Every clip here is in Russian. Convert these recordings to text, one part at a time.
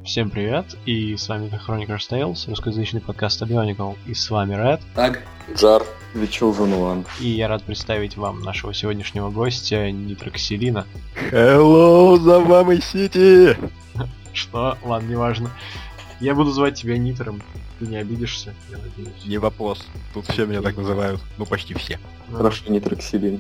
Всем привет, и с вами The Chronicles Tales, русскоязычный подкаст о Bionicle, и с вами Ред, Так, Джар, The Chosen One. И я рад представить вам нашего сегодняшнего гостя Нитроксилина. Hello, за вами Сити! Что? Ладно, неважно. Я буду звать тебя Нитром, ты не обидишься, я надеюсь. Не вопрос, тут все меня так называют, ну почти все. Хорошо, Нитроксилин.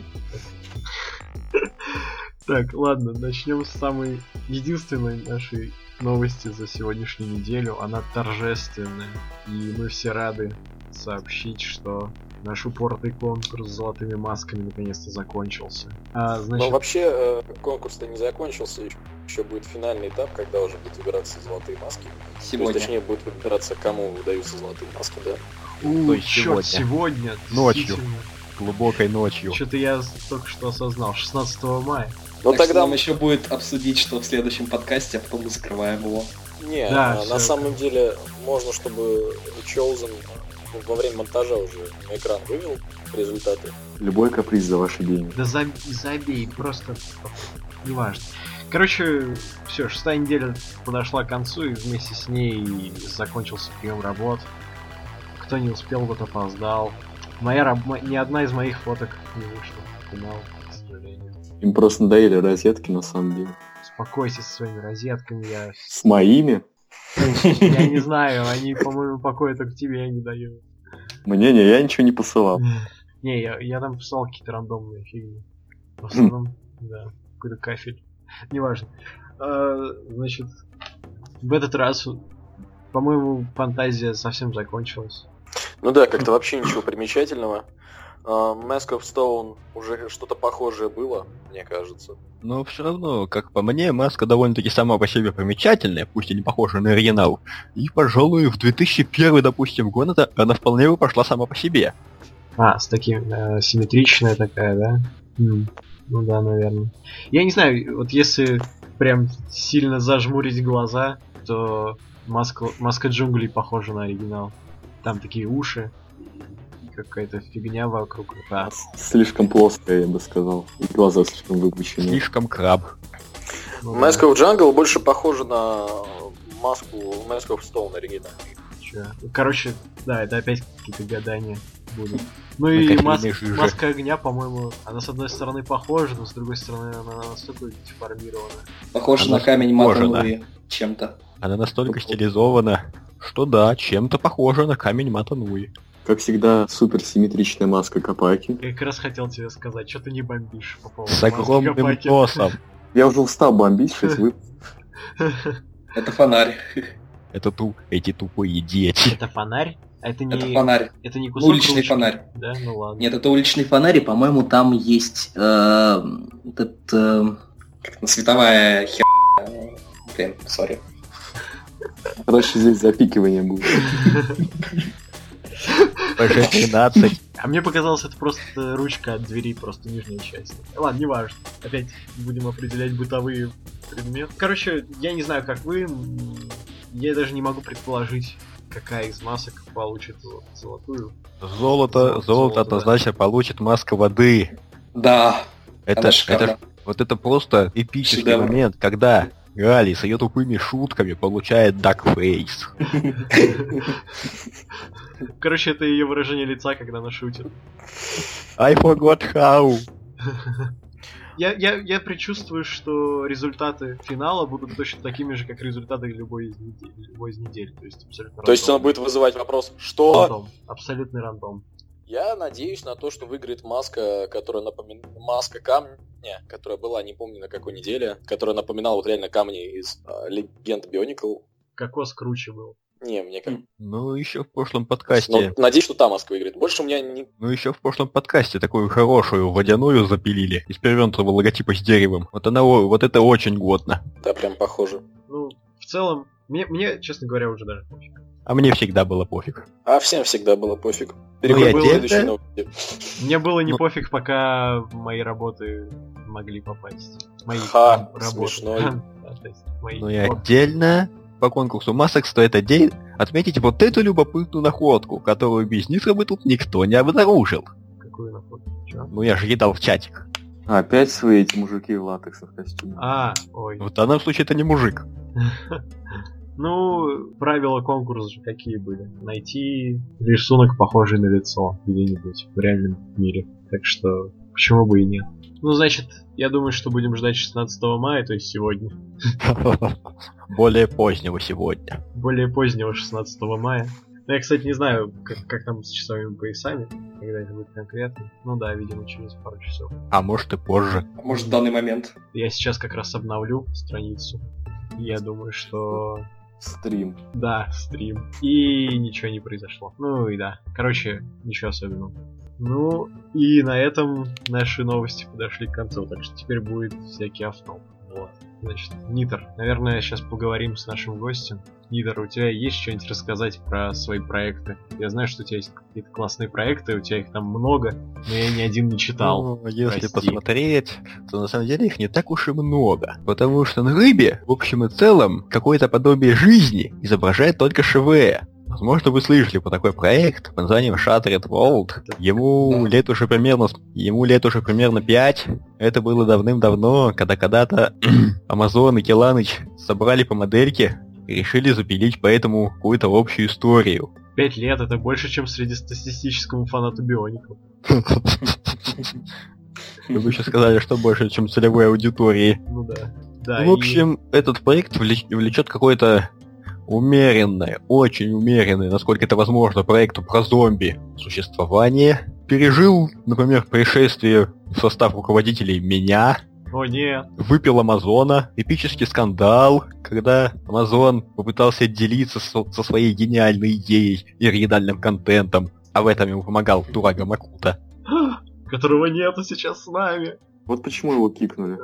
Так, ладно, начнем с самой единственной нашей новости за сегодняшнюю неделю. Она торжественная, и мы все рады сообщить, что наш упоротый конкурс с золотыми масками наконец-то закончился. Но вообще конкурс-то не закончился, еще будет финальный этап, когда уже будут выбираться золотые маски. Сегодня. То есть, точнее, будет выбираться, кому выдаются золотые маски, да? То есть чёрт, сегодня Ночью. Глубокой ночью. Что-то я только что осознал, 16 мая. Ну Так что тогда нам еще будет обсудить, что в следующем подкасте, а потом мы закрываем его. Не, Да, на всё. самом деле можно, чтобы Chosen во время монтажа уже на экран вывел результаты. Любой каприз за ваши деньги. Да забей, просто неважно. Короче, все, 6-я неделя подошла к концу, и вместе с ней закончился прием работ. Кто не успел, тот опоздал. Ни одна из моих фоток не вышла в финал, к сожалению. Им просто надоели розетки на самом деле. Успокойся со своими розетками, я С моими? не знаю, они, по-моему, покоя только тебе не дают. Мне не, я ничего не посылал. Не, я там писал какие-то рандомные фигни. В основном, да, какой-то кафель. Неважно. Значит, в этот раз, по-моему, фантазия совсем закончилась. Ну да, как-то вообще ничего примечательного. Mask of Stone уже что-то похожее было, мне кажется. Но все равно, как по мне, маска довольно-таки сама по себе примечательная, пусть и не похожа на оригинал. И, пожалуй, в 2001, допустим, год она вполне бы пошла сама по себе. С таким симметричная такая, да? Ну да, наверное. Я не знаю, вот если прям сильно зажмурить глаза, то маска джунглей похожа на оригинал. Там такие уши, и какая-то фигня вокруг рта. Слишком плоская, я бы сказал. И глаза слишком выпущены. Слишком краб. Ну, Mask of Jungle больше похоже на маску Mask of Stone оригинальный. Чё? Короче, да, это опять какие-то гадания будут. Ну На и кофейной жиже. маска огня, по-моему, она с одной стороны похожа, но с другой стороны она настолько деформирована. Похоже Она на камень похожа, Матануи чем-то. Она настолько стилизована, что да, чем-то похожа на камень Матануи. Как всегда, суперсимметричная маска Капаки. Я как раз хотел тебе сказать, что ты не бомбишь по поводу С маски огромным Капаки. носом. Я уже устал бомбить, 6 Это фонарь. Эти тупые дети. Это фонарь? А это Это не... фонарь. Это не кусок Уличный ручки? фонарь. Да, ну ладно. Нет, это уличный фонарь, и, по-моему, там есть как-то световая херня. Блин, сори. Короче, здесь запикивание будет. ПЖ-13. А мне показалось, это просто ручка от двери, просто нижняя часть. Ладно, не важно. Опять будем определять бытовые предметы. Короче, я не знаю, как вы. Я даже не могу предположить, какая из масок получит золотую. Золото однозначно получит маска воды. Да. Это шикарно. вот это просто эпический Шедевр. момент, когда Гали с ее тупыми шутками получает дакфейс. Короче, это ее выражение лица, когда она шутит. I forgot how. Я предчувствую, что результаты финала будут точно такими же, как результаты любой из недель. То есть абсолютно То есть он рандом. будет вызывать вопрос, что? Рандом. Абсолютный рандом. Я надеюсь на то, что выиграет маска, которая маска камня, которая была, не помню на какой неделе, которая напоминала вот реально камни из Легенд Bionicle. Кокос круче был. Не, мне как... Ну, еще в прошлом Но подкасте. надеюсь, что та маска выиграет. Больше у меня не... Ну, еще в прошлом подкасте такую хорошую водяную запилили из перевернутого логотипа с деревом. Вот это очень годно. Да, прям похоже. Ну, в целом, мне, честно говоря, уже даже пофиг. А мне всегда было пофиг. А всем всегда было пофиг. я Переходим к тебе- следующей новости. Мне было не Ну- пофиг, пока мои работы могли попасть. Мои Ха, работы. смешной. Да, то есть мои- Но и Вот. отдельно по конкурсу масок стоит отметить вот эту любопытную находку, которую без нитро бы тут никто не обнаружил. Какую находку? Чё? Ну, я же кидал в чатик. Опять свои эти мужики в латексных костюмах. Ой. В данном случае это не мужик. Ну, правила конкурса же какие были? Найти рисунок, похожий на лицо где-нибудь в реальном мире. Так что, почему бы и нет? Ну, значит, я думаю, что будем ждать 16 мая, то есть сегодня. Более позднего сегодня. Более позднего 16 мая. Ну, я, кстати, не знаю, как там с часовыми поясами, когда это будет конкретно. Ну да, видимо, через пару часов. А может и позже. А может в данный момент? Я сейчас как раз обновлю страницу. Я думаю, что... Стрим. Да, стрим. И ничего не произошло. Ну и да. Короче, ничего особенного. Ну, и на этом наши новости подошли к концу, так что теперь будет всякий автоп. Вот. Значит, Нитр, наверное, сейчас поговорим с нашим гостем. Нитр, у тебя есть что-нибудь рассказать про свои проекты? Я знаю, что у тебя есть какие-то классные проекты, у тебя их там много, но я ни один не читал. Ну, если Прости. посмотреть, то на самом деле их не так уж и много. Потому что на рыбе, в общем и целом, какое-то подобие жизни изображает только ШВ. Возможно, вы слышали про такой проект под названием Shattered World. Ему лет уже примерно 5. Это было давным-давно, когда когда-то Amazon и Келаныч собрали по модельке и решили запилить поэтому какую-то общую историю. 5 лет это больше, чем среднестатистическому фанату Биоников. Вы бы еще сказали, что больше, чем целевой аудитории. Ну да. Да, В общем, этот проект влечет какое-то умеренное, очень умеренное, насколько это возможно, проекту про зомби существование. Пережил, например, пришествие в состав руководителей меня. О нет. Выпил Амазона. Эпический скандал, когда Амазон попытался отделиться со своей гениальной идеей и оригинальным контентом, а в этом ему помогал Турага Макута. Которого нету сейчас с нами. Вот почему его кикнули.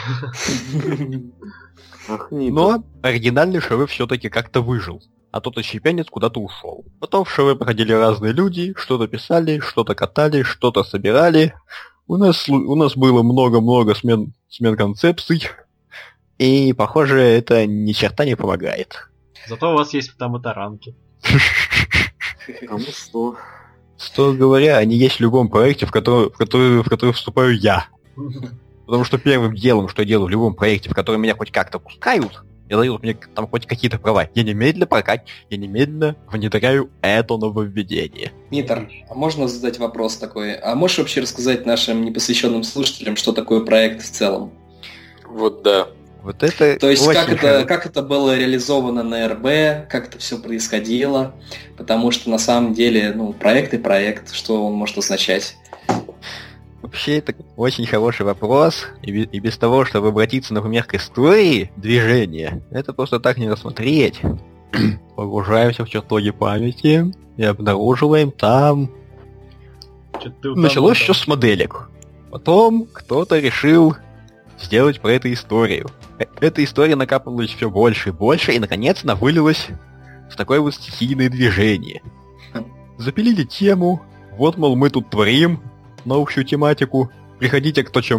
Ах, Но оригинальный ШВ все-таки как-то выжил, а тот отщепенец куда-то ушел. Потом в ШВ проходили разные люди, что-то писали, что-то катали, что-то собирали. У нас было много-много смен концепций, и, похоже, это ни черта не помогает. Зато у вас есть там и таранки. Кому что? Строго говоря, они есть в любом проекте, в который вступаю я. Потому что первым делом, что я делаю в любом проекте, в который меня хоть как-то пускают, и дают мне там хоть какие-то права, я немедленно внедряю это нововведение. Нитр, а можно задать вопрос такой? А можешь вообще рассказать нашим непосвященным слушателям, что такое проект в целом? Вот да. Вот это. То есть как это было реализовано на РБ, как это все происходило? Потому что на самом деле, проект и проект, что он может означать? Вообще, это очень хороший вопрос, и без того, чтобы обратиться, например, к истории движения, это просто так не рассмотреть. Погружаемся в чертоги памяти и обнаруживаем там... Началось все с моделек. Потом кто-то решил сделать про это историю. Эта история накапливалась все больше и больше, и наконец она вылилась в такое вот стихийное движение. Запилили тему, вот, мол, мы тут творим на общую тематику. Приходите кто с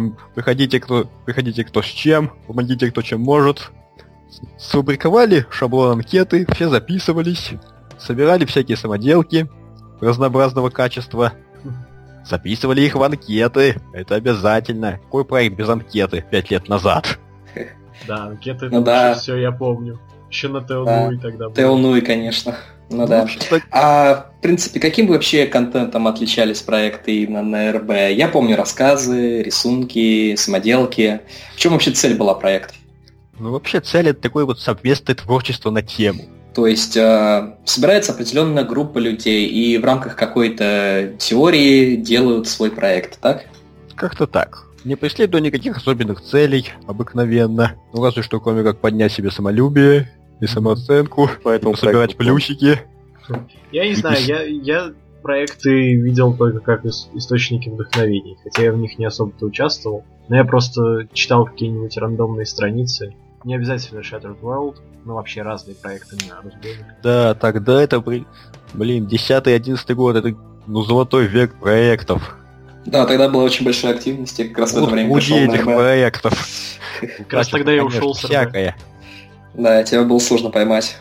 чем, помогите кто чем может. Сфабриковали шаблон анкеты, все записывались, собирали всякие самоделки разнообразного качества, записывали их в анкеты. Это обязательно. Какой проект без анкеты 5 лет назад? Да, анкеты, все я помню. Еще на Теонуи тогда было. Теонуи, конечно. Да. А, в принципе, каким вообще контентом отличались проекты именно на РБ? Я помню рассказы, рисунки, самоделки. В чем вообще цель была проекта? Вообще цель — это такое вот совместное творчество на тему. То есть собирается определенная группа людей и в рамках какой-то теории делают свой проект, так? Как-то так. Не преследуя никаких особенных целей, обыкновенно. Разве что кроме как поднять себе самолюбие и самооценку, поэтому собирать плюсики. Я не знаю, я проекты видел только как источники вдохновений, хотя я в них не особо-то участвовал. Но я просто читал какие-нибудь рандомные страницы. Не обязательно Shattered World, но вообще разные проекты на разборах. Да, тогда это, 10-11 год, это золотой век проектов. Да, тогда была очень большая активность, я как раз в это время пришел на этих проектов. Как раз тогда я ушел с всякое. Да, тебя было сложно поймать.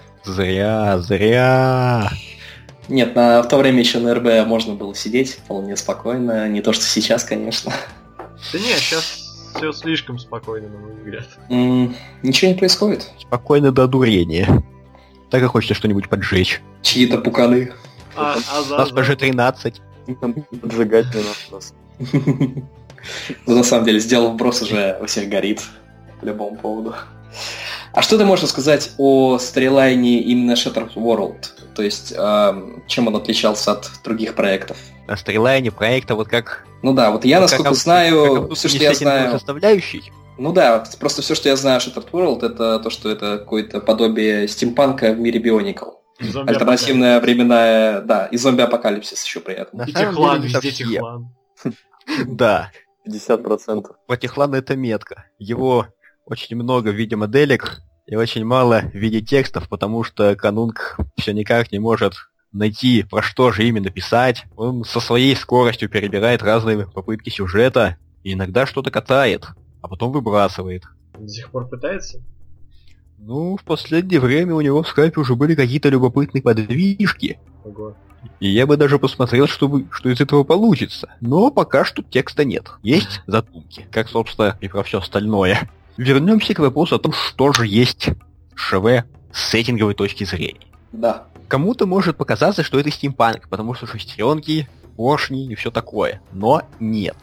Зря. Нет, в то время еще на РБ можно было сидеть вполне спокойно, не то что сейчас, конечно. Да нет, сейчас все слишком спокойно, на мой взгляд. Ничего не происходит. Спокойно до дурения. Так и хочется что-нибудь поджечь. Чьи-то пуканы. У нас ПЖ-13. Поджигать не надо нас. Ну, на самом деле, сделал вброс, уже у всех горит. По любому поводу. А что ты можешь сказать о сторилайне именно Shattered World? То есть, чем он отличался от других проектов? На сторилайне проекта вот как... Ну да, вот я, насколько знаю, все, что я знаю... Составляющий? Ну да, просто все, что я знаю о Shattered World, это то, что это какое-то подобие стимпанка в мире Bionicle. Альтернативная временная... Да, и зомби-апокалипсис еще при этом. И Техлан, везде Техлан. Да. 50%. Про Техлана это метка. Его очень много в виде моделек и очень мало в виде текстов, потому что Канунг все никак не может найти, про что же именно писать. Он со своей скоростью перебирает разные попытки сюжета и иногда что-то катает, а потом выбрасывает. До сих пор пытается? Ну, в последнее время у него в скайпе уже были какие-то любопытные подвижки. Ого. И я бы даже посмотрел, что из этого получится. Но пока что текста нет. Есть задумки, как, собственно, и про все остальное. Вернемся к вопросу о том, что же есть ШВ с сеттинговой точки зрения. Да. Кому-то может показаться, что это стимпанк, потому что шестеренки, поршни и все такое. Но нет.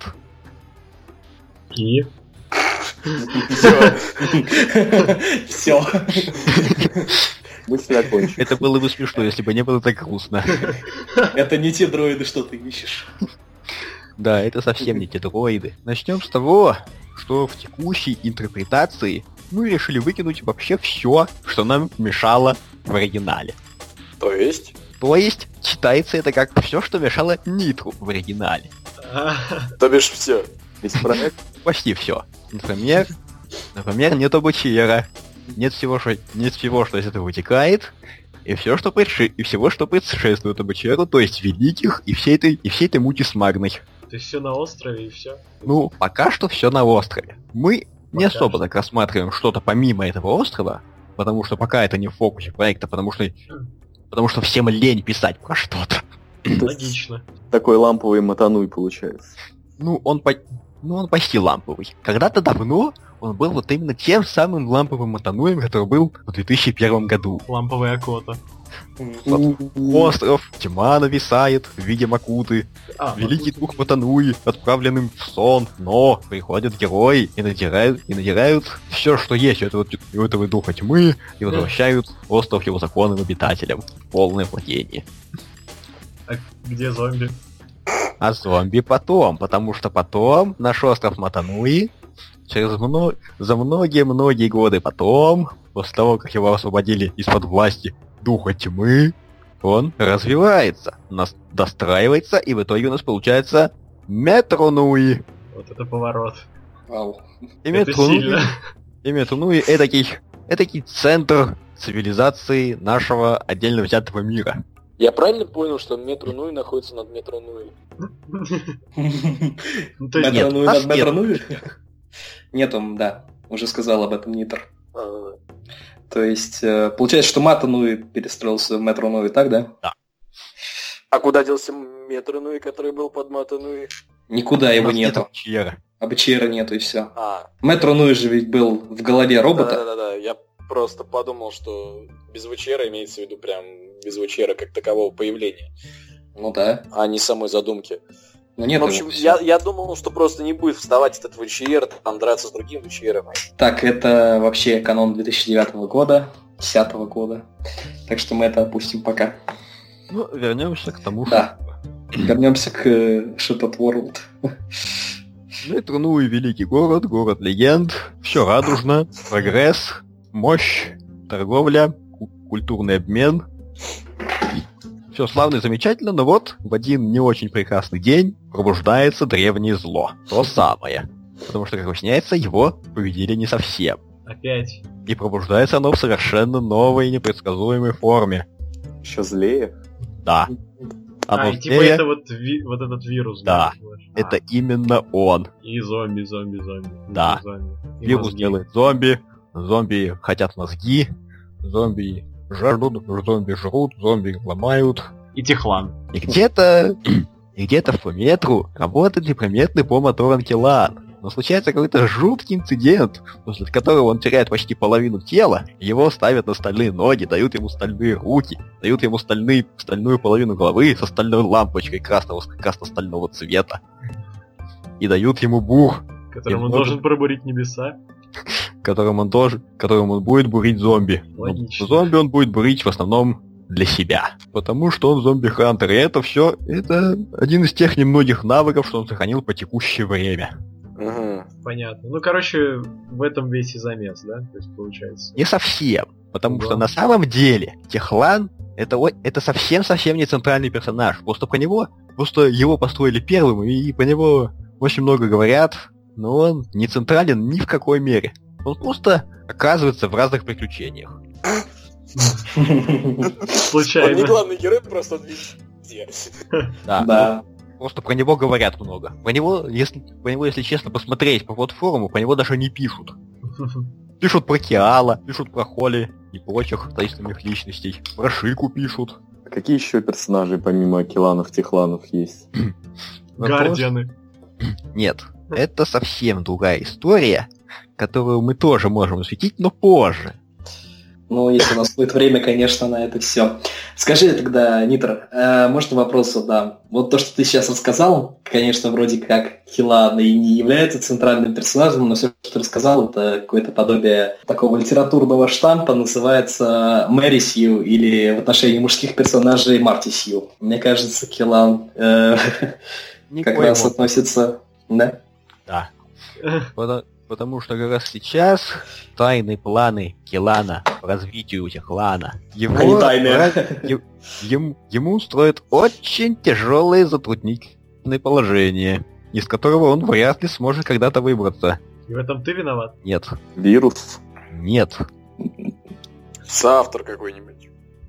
И? Все. Мысль окончена. Это было бы смешно, если бы не было так грустно. Это не те дроиды, что ты ищешь. Да, это совсем не те дроиды. Начнем с того, что в текущей интерпретации мы решили выкинуть вообще все, что нам мешало в оригинале. То есть? То есть, читается это как все, что мешало Нитру в оригинале. То бишь все. Весь проект? Почти все. Например, нет обучера, нет всего, что из этого вытекает, и всего, что предшествует обучеру, то есть великих, и всей этой мути с Магной. То есть все на острове и все? Ну, пока что все на острове. Мы не особо так рассматриваем что-то помимо этого острова, потому что пока это не в фокусе проекта, потому что всем лень писать про что-то. Логично. Такой ламповый матануй получается. Он почти ламповый. Когда-то давно он был вот именно тем самым ламповым матануем, который был в 2001 году. Ламповая Акота. Остров, тьма нависает в виде Макуты. Великий дух Матануи, отправленным в сон, но приходят герои и надирают все, что есть у этого духа тьмы, и возвращают остров его законным обитателям. Полное владение. А где зомби? А зомби потом, потому что потом наш остров Матануи за многие-многие годы потом, после того, как его освободили из-под власти духа тьмы, он развивается, достраивается, и в итоге у нас получается Метронуи. Вот это поворот. Вау. И Метронуи этакий центр цивилизации нашего отдельно взятого мира. Я правильно понял, что Метронуи находится над Метронуи? Метронуи над Метронуи? Нет, он, да, уже сказал об этом Нитр. То есть, получается, что Матануи перестроился в Метронуи, так, да? Да. А куда делся Метронуи, который был под Матануи? Никуда его нету. Обучера нету, и все. Метронуи же ведь был в голове робота. Да-да-да, я просто подумал, что без Вучера имеется в виду прям без Вучера как такового появления. Ну да. А не самой задумки. Ну нет, в общем, я думал, что просто не будет вставать этот Вучер, там драться с другим Вучером. Так, это вообще канон 2009 года, 2010 года. Так что мы это опустим пока. Ну, вернемся к тому, да. Вернемся к Shattered World. Метронуи великий город легенд, все радужно, прогресс, мощь, торговля, культурный обмен. Все славно и замечательно, но вот в один не очень прекрасный день пробуждается древнее зло. То самое. Потому что, как выясняется, его победили не совсем. Опять. И пробуждается оно в совершенно новой и непредсказуемой форме. Еще злее? Да. Оно типа это вот этот вирус. Да, это именно он. И зомби. Да. И вирус мозги. делает зомби хотят мозги, зомби жаждут, зомби жрут, зомби ломают. И Техлан. И где-то в по метру работает неприметный Поматоран Келан. Но случается какой-то жуткий инцидент, после которого он теряет почти половину тела, его ставят на стальные ноги, дают ему стальные руки, дают ему стальную половину головы со стальной лампочкой красно-стального цвета. И дают ему бур. Которым он должен пробурить небеса. Которым он будет бурить зомби. Логично. Зомби он будет бурить в основном для себя. Потому что он зомби-хантер. И это один из тех немногих навыков, что он сохранил по текущее время. Понятно. Ну, короче, в этом весь и замес, да? То есть, получается. Не совсем. Потому что на самом деле Техлан это совсем-совсем не центральный персонаж. Просто его построили первым, и по него очень много говорят, но он не централен ни в какой мере. Он просто оказывается в разных приключениях. Случайно. Он не главный герой, просто он везде. Да. Просто про него говорят много. Про него, если честно посмотреть по платформу, про него даже не пишут. Пишут про Киала, пишут про Холли и прочих таинственных личностей. Про Шику пишут. Какие еще персонажи помимо Киланов, Техланов есть? Гардианы. Нет, это совсем другая история, которую мы тоже можем осветить, но позже. Ну, если у нас будет время, конечно, на это все. Скажи тогда, Нитро, можно вопрос задам? Вот то, что ты сейчас рассказал, конечно, вроде как Килан и не является центральным персонажем, но все, что ты рассказал, это какое-то подобие такого литературного штампа, называется Мэри Сью, или в отношении мужских персонажей Марти Сью. Мне кажется, Килан как раз относится... Да? Да. Потому что как раз сейчас тайные планы Килана по развитию Техлана ему устроит очень тяжелое затруднительное положение, из которого он вряд ли сможет когда-то выбраться. И в этом ты виноват? Нет. Вирус? Нет. Соавтор какой-нибудь?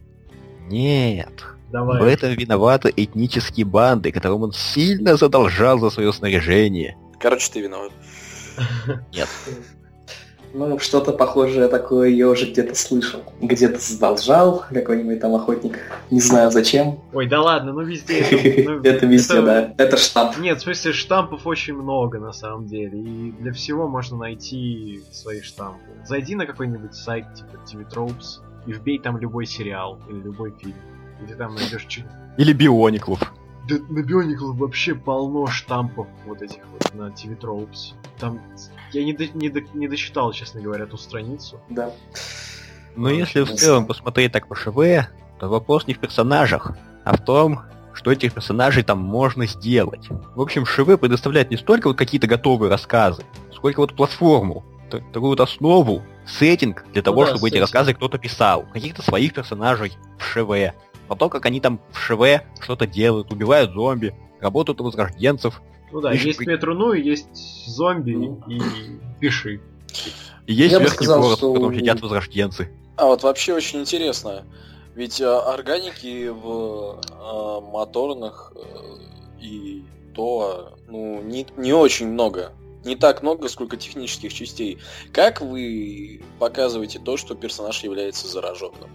Нет. Давай. В этом виноваты этнические банды, которым он сильно задолжал за свое снаряжение. Короче, ты виноват. Нет. Ну, что-то похожее такое я уже где-то слышал. Где-то задолжал какой-нибудь там охотник. Не знаю зачем. Ой, да ладно, ну везде это везде, да. Это штамп. Нет, в смысле, штампов очень много на самом деле. И для всего можно найти свои штампы. Зайди на какой-нибудь сайт типа TV Tropes и вбей там любой сериал или любой фильм. И ты там найдешь Или Биониклов. Да на Биониклов вообще полно штампов вот этих вот на TV Tropes. Там я не дочитал, честно говоря, эту страницу. Да. Но если в целом посмотреть так по ШВ, то вопрос не в персонажах, а в том, что этих персонажей там можно сделать. В общем, ШВ предоставляет не столько вот какие-то готовые рассказы, сколько вот платформу, такую вот основу, сеттинг для того, чтобы эти рассказы кто-то писал. Каких-то своих персонажей в ШВ. Потом, как они там в ШВ что-то делают, убивают зомби, работают у возрожденцев. Ну да, есть Метруну, есть зомби и пиши. И есть верхний город, в котором сидят возрожденцы. А вот вообще очень интересно. Ведь органики в моторных и то, ну, не очень много. Не так много, сколько технических частей. Как вы показываете то, что персонаж является зараженным?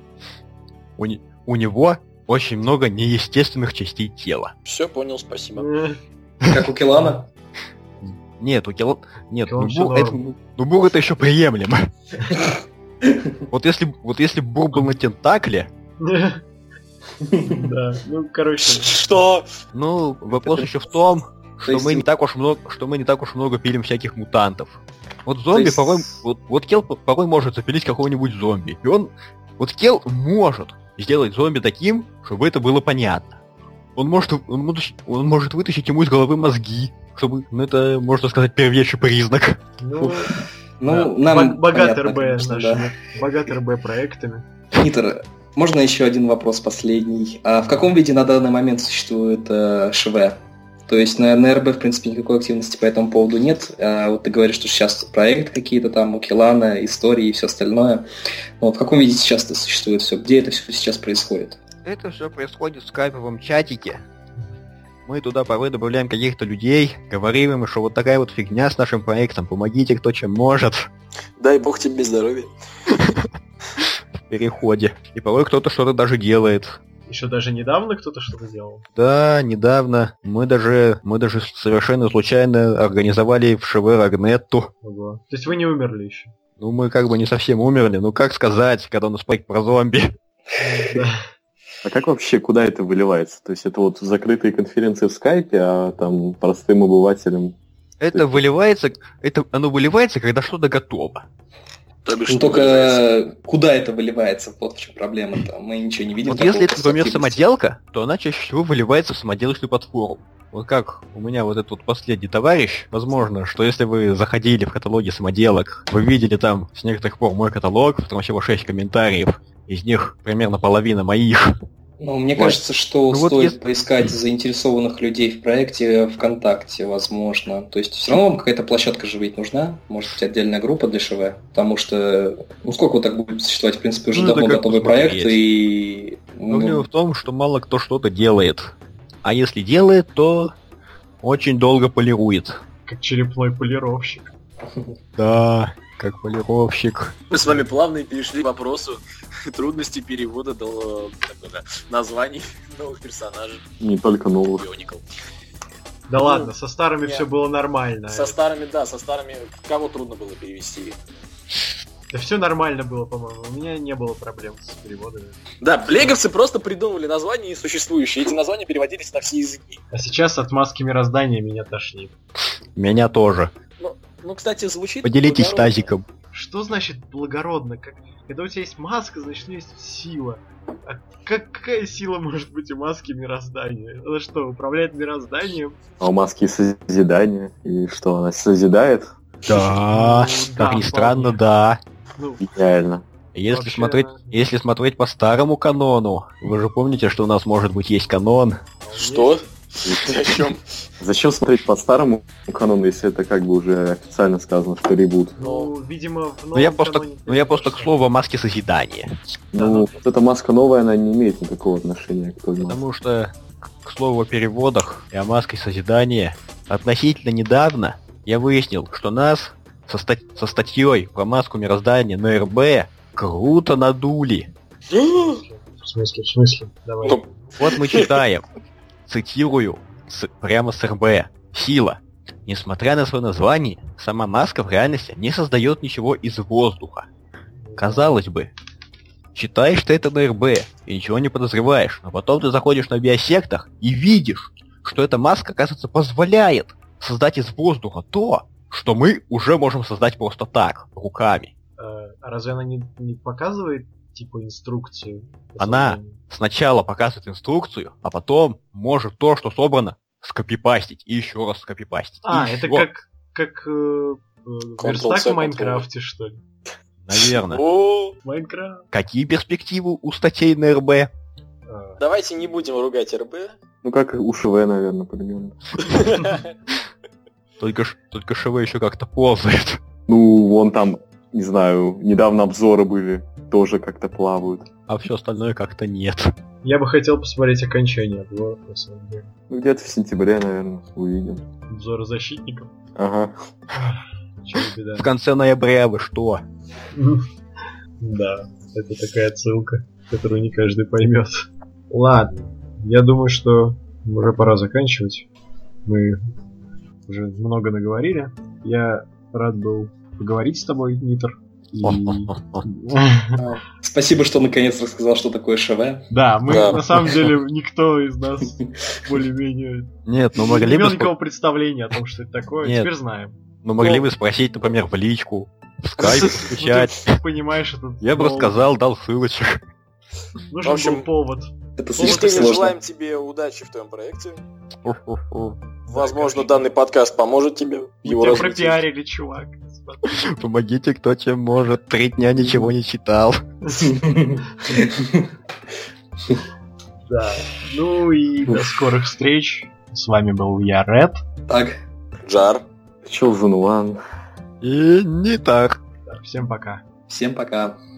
У него очень много неестественных частей тела. Все, понял, спасибо. Как у Килана? Нет, у Килана... Нет, Бур это еще приемлемо. Вот если Бур был на тентакле... Да, ну, короче... Что? Ну, вопрос еще в том, что мы не так уж много пилим всяких мутантов. Вот зомби порой... Вот Кел порой может запилить какого-нибудь зомби. И вот Кел может сделать зомби таким, чтобы это было понятно. Он может вытащить ему из головы мозги, чтобы, ну это, можно сказать, первейший признак. Ну да. Нам богат РБ нашими, богат РБ проектами. Нитр, можно еще один вопрос последний? А в каком виде на данный момент существует ШВ? То есть на РБ, в принципе, никакой активности по этому поводу нет. Вот ты говоришь, что сейчас проект какие-то там у Килана, истории и все остальное. Но вот в каком виде сейчас это существует все? Где это все сейчас происходит? Это все происходит в скайповом чатике. Мы туда порой добавляем каких-то людей, говорим им, что вот такая вот фигня с нашим проектом, помогите кто чем может. Дай бог тебе здоровья. В переходе. И порой кто-то что-то даже делает. Еще даже недавно кто-то что-то делал? Да, недавно. Мы даже совершенно случайно организовали в ШВ Рагнетту. Ого. То есть вы не умерли еще? Ну, мы как бы не совсем умерли. Ну, как сказать, когда у нас проект про зомби? А как вообще, куда это выливается? То есть это вот закрытые конференции в скайпе, а там простым обывателям... Оно выливается, когда что-то готово. Ну, только куда это выливается? Вот в чем проблема-то. Мы ничего не видим. Вот если это, например, самоделка, то она чаще всего выливается в самоделочную платформу. Вот как у меня вот этот вот последний товарищ, возможно, что если вы заходили в каталоге самоделок, вы видели там с некоторых пор мой каталог, в котором всего 6 комментариев, из них примерно половина моих. Ну, мне кажется, что стоит поискать заинтересованных людей в проекте ВКонтакте, возможно. То есть все равно вам какая-то площадка же ведь нужна. Может быть, отдельная группа для ШВ. Потому что, ну, сколько вот так будет существовать, в принципе, уже давно готовый проект. И... Проблема в том, что мало кто что-то делает. А если делает, то очень долго полирует. Как черепной полировщик. Да, как полировщик. Мы с вами плавно перешли к вопросу трудности перевода названий новых персонажей. Не только новых. Да ладно, со старыми все было нормально. Со старыми, кого трудно было перевести? Да все нормально было, по-моему. У меня не было проблем с переводами. Да, плеговцы просто придумывали названия несуществующие. Эти названия переводились на все языки. А сейчас от маски мироздания меня тошнит. Меня тоже. Ну, кстати, звучит... Поделитесь тазиком. Что значит благородно? Когда у тебя есть маска, значит у тебя есть сила. А какая сила может быть у маски мироздания? Это что, управляет мирозданием? А у маски созидание. И что, она созидает? Да, как ни странно, да. Реально. Если смотреть по старому канону, вы же помните, что у нас, может быть, есть канон? Что? О чем? Зачем смотреть по старому канону, если это как бы уже официально сказано, что ребут? Ну, видимо, в новом каноне... я просто к слову о маске созидания. Ну, вот эта маска новая, она не имеет никакого отношения к той маске. Потому что, к слову о переводах и о маске созидания, относительно недавно я выяснил, что нас со статьей про маску мироздания на РБ круто надули. В смысле? Давай. Вот мы читаем, цитирую, прямо с РБ. Сила. Несмотря на свое название, сама маска в реальности не создает ничего из воздуха. Казалось бы, считаешь ты это на РБ и ничего не подозреваешь, но потом ты заходишь на биосектах и видишь, что эта маска, оказывается, позволяет создать из воздуха то, что мы уже можем создать просто так, руками. А разве она не показывает, типа, инструкцию? Она сначала показывает инструкцию, а потом может то, что собрано, скопипастить и еще раз скопипастить. Это как верстак в Майнкрафте, что ли? Наверное. Майнкрафт. Какие перспективы у статей на РБ? Давайте не будем ругать РБ. Ну, как у ШВ, наверное, примерно. Только ШВ еще как-то ползает. Ну, вон там, не знаю, недавно обзоры были, тоже как-то плавают. А все остальное как-то нет. Я бы хотел посмотреть окончание обзора, на самом деле. Ну, где-то в сентябре, наверное, увидим. Обзоры защитников. Ага. Беда. В конце ноября вы что? Да, это такая отсылка, которую не каждый поймет. Ладно, я думаю, что уже пора заканчивать. Мы уже много наговорили. Я рад был поговорить с тобой, Нитр. Спасибо, что наконец рассказал, что такое ШВ. Да, на самом деле никто из нас более-менее не имел никакого представления о том, что это такое. Теперь знаем. Ну, могли бы спросить, например, в личку, в скайп подключать. Понимаешь, это... Я бы рассказал, дал ссылочек. Нужен был повод. Это слишком Мы сложно. желаем тебе удачи в твоем проекте. Возможно, данный подкаст поможет тебе в его тебя развитии. пропиарили, чувак. Помогите, кто чем может. 3 дня ничего не читал. Да. Ну и до скорых встреч. С вами был я, Ред. Так. Джар. Чё, Ван? И не так. Всем пока. Всем пока.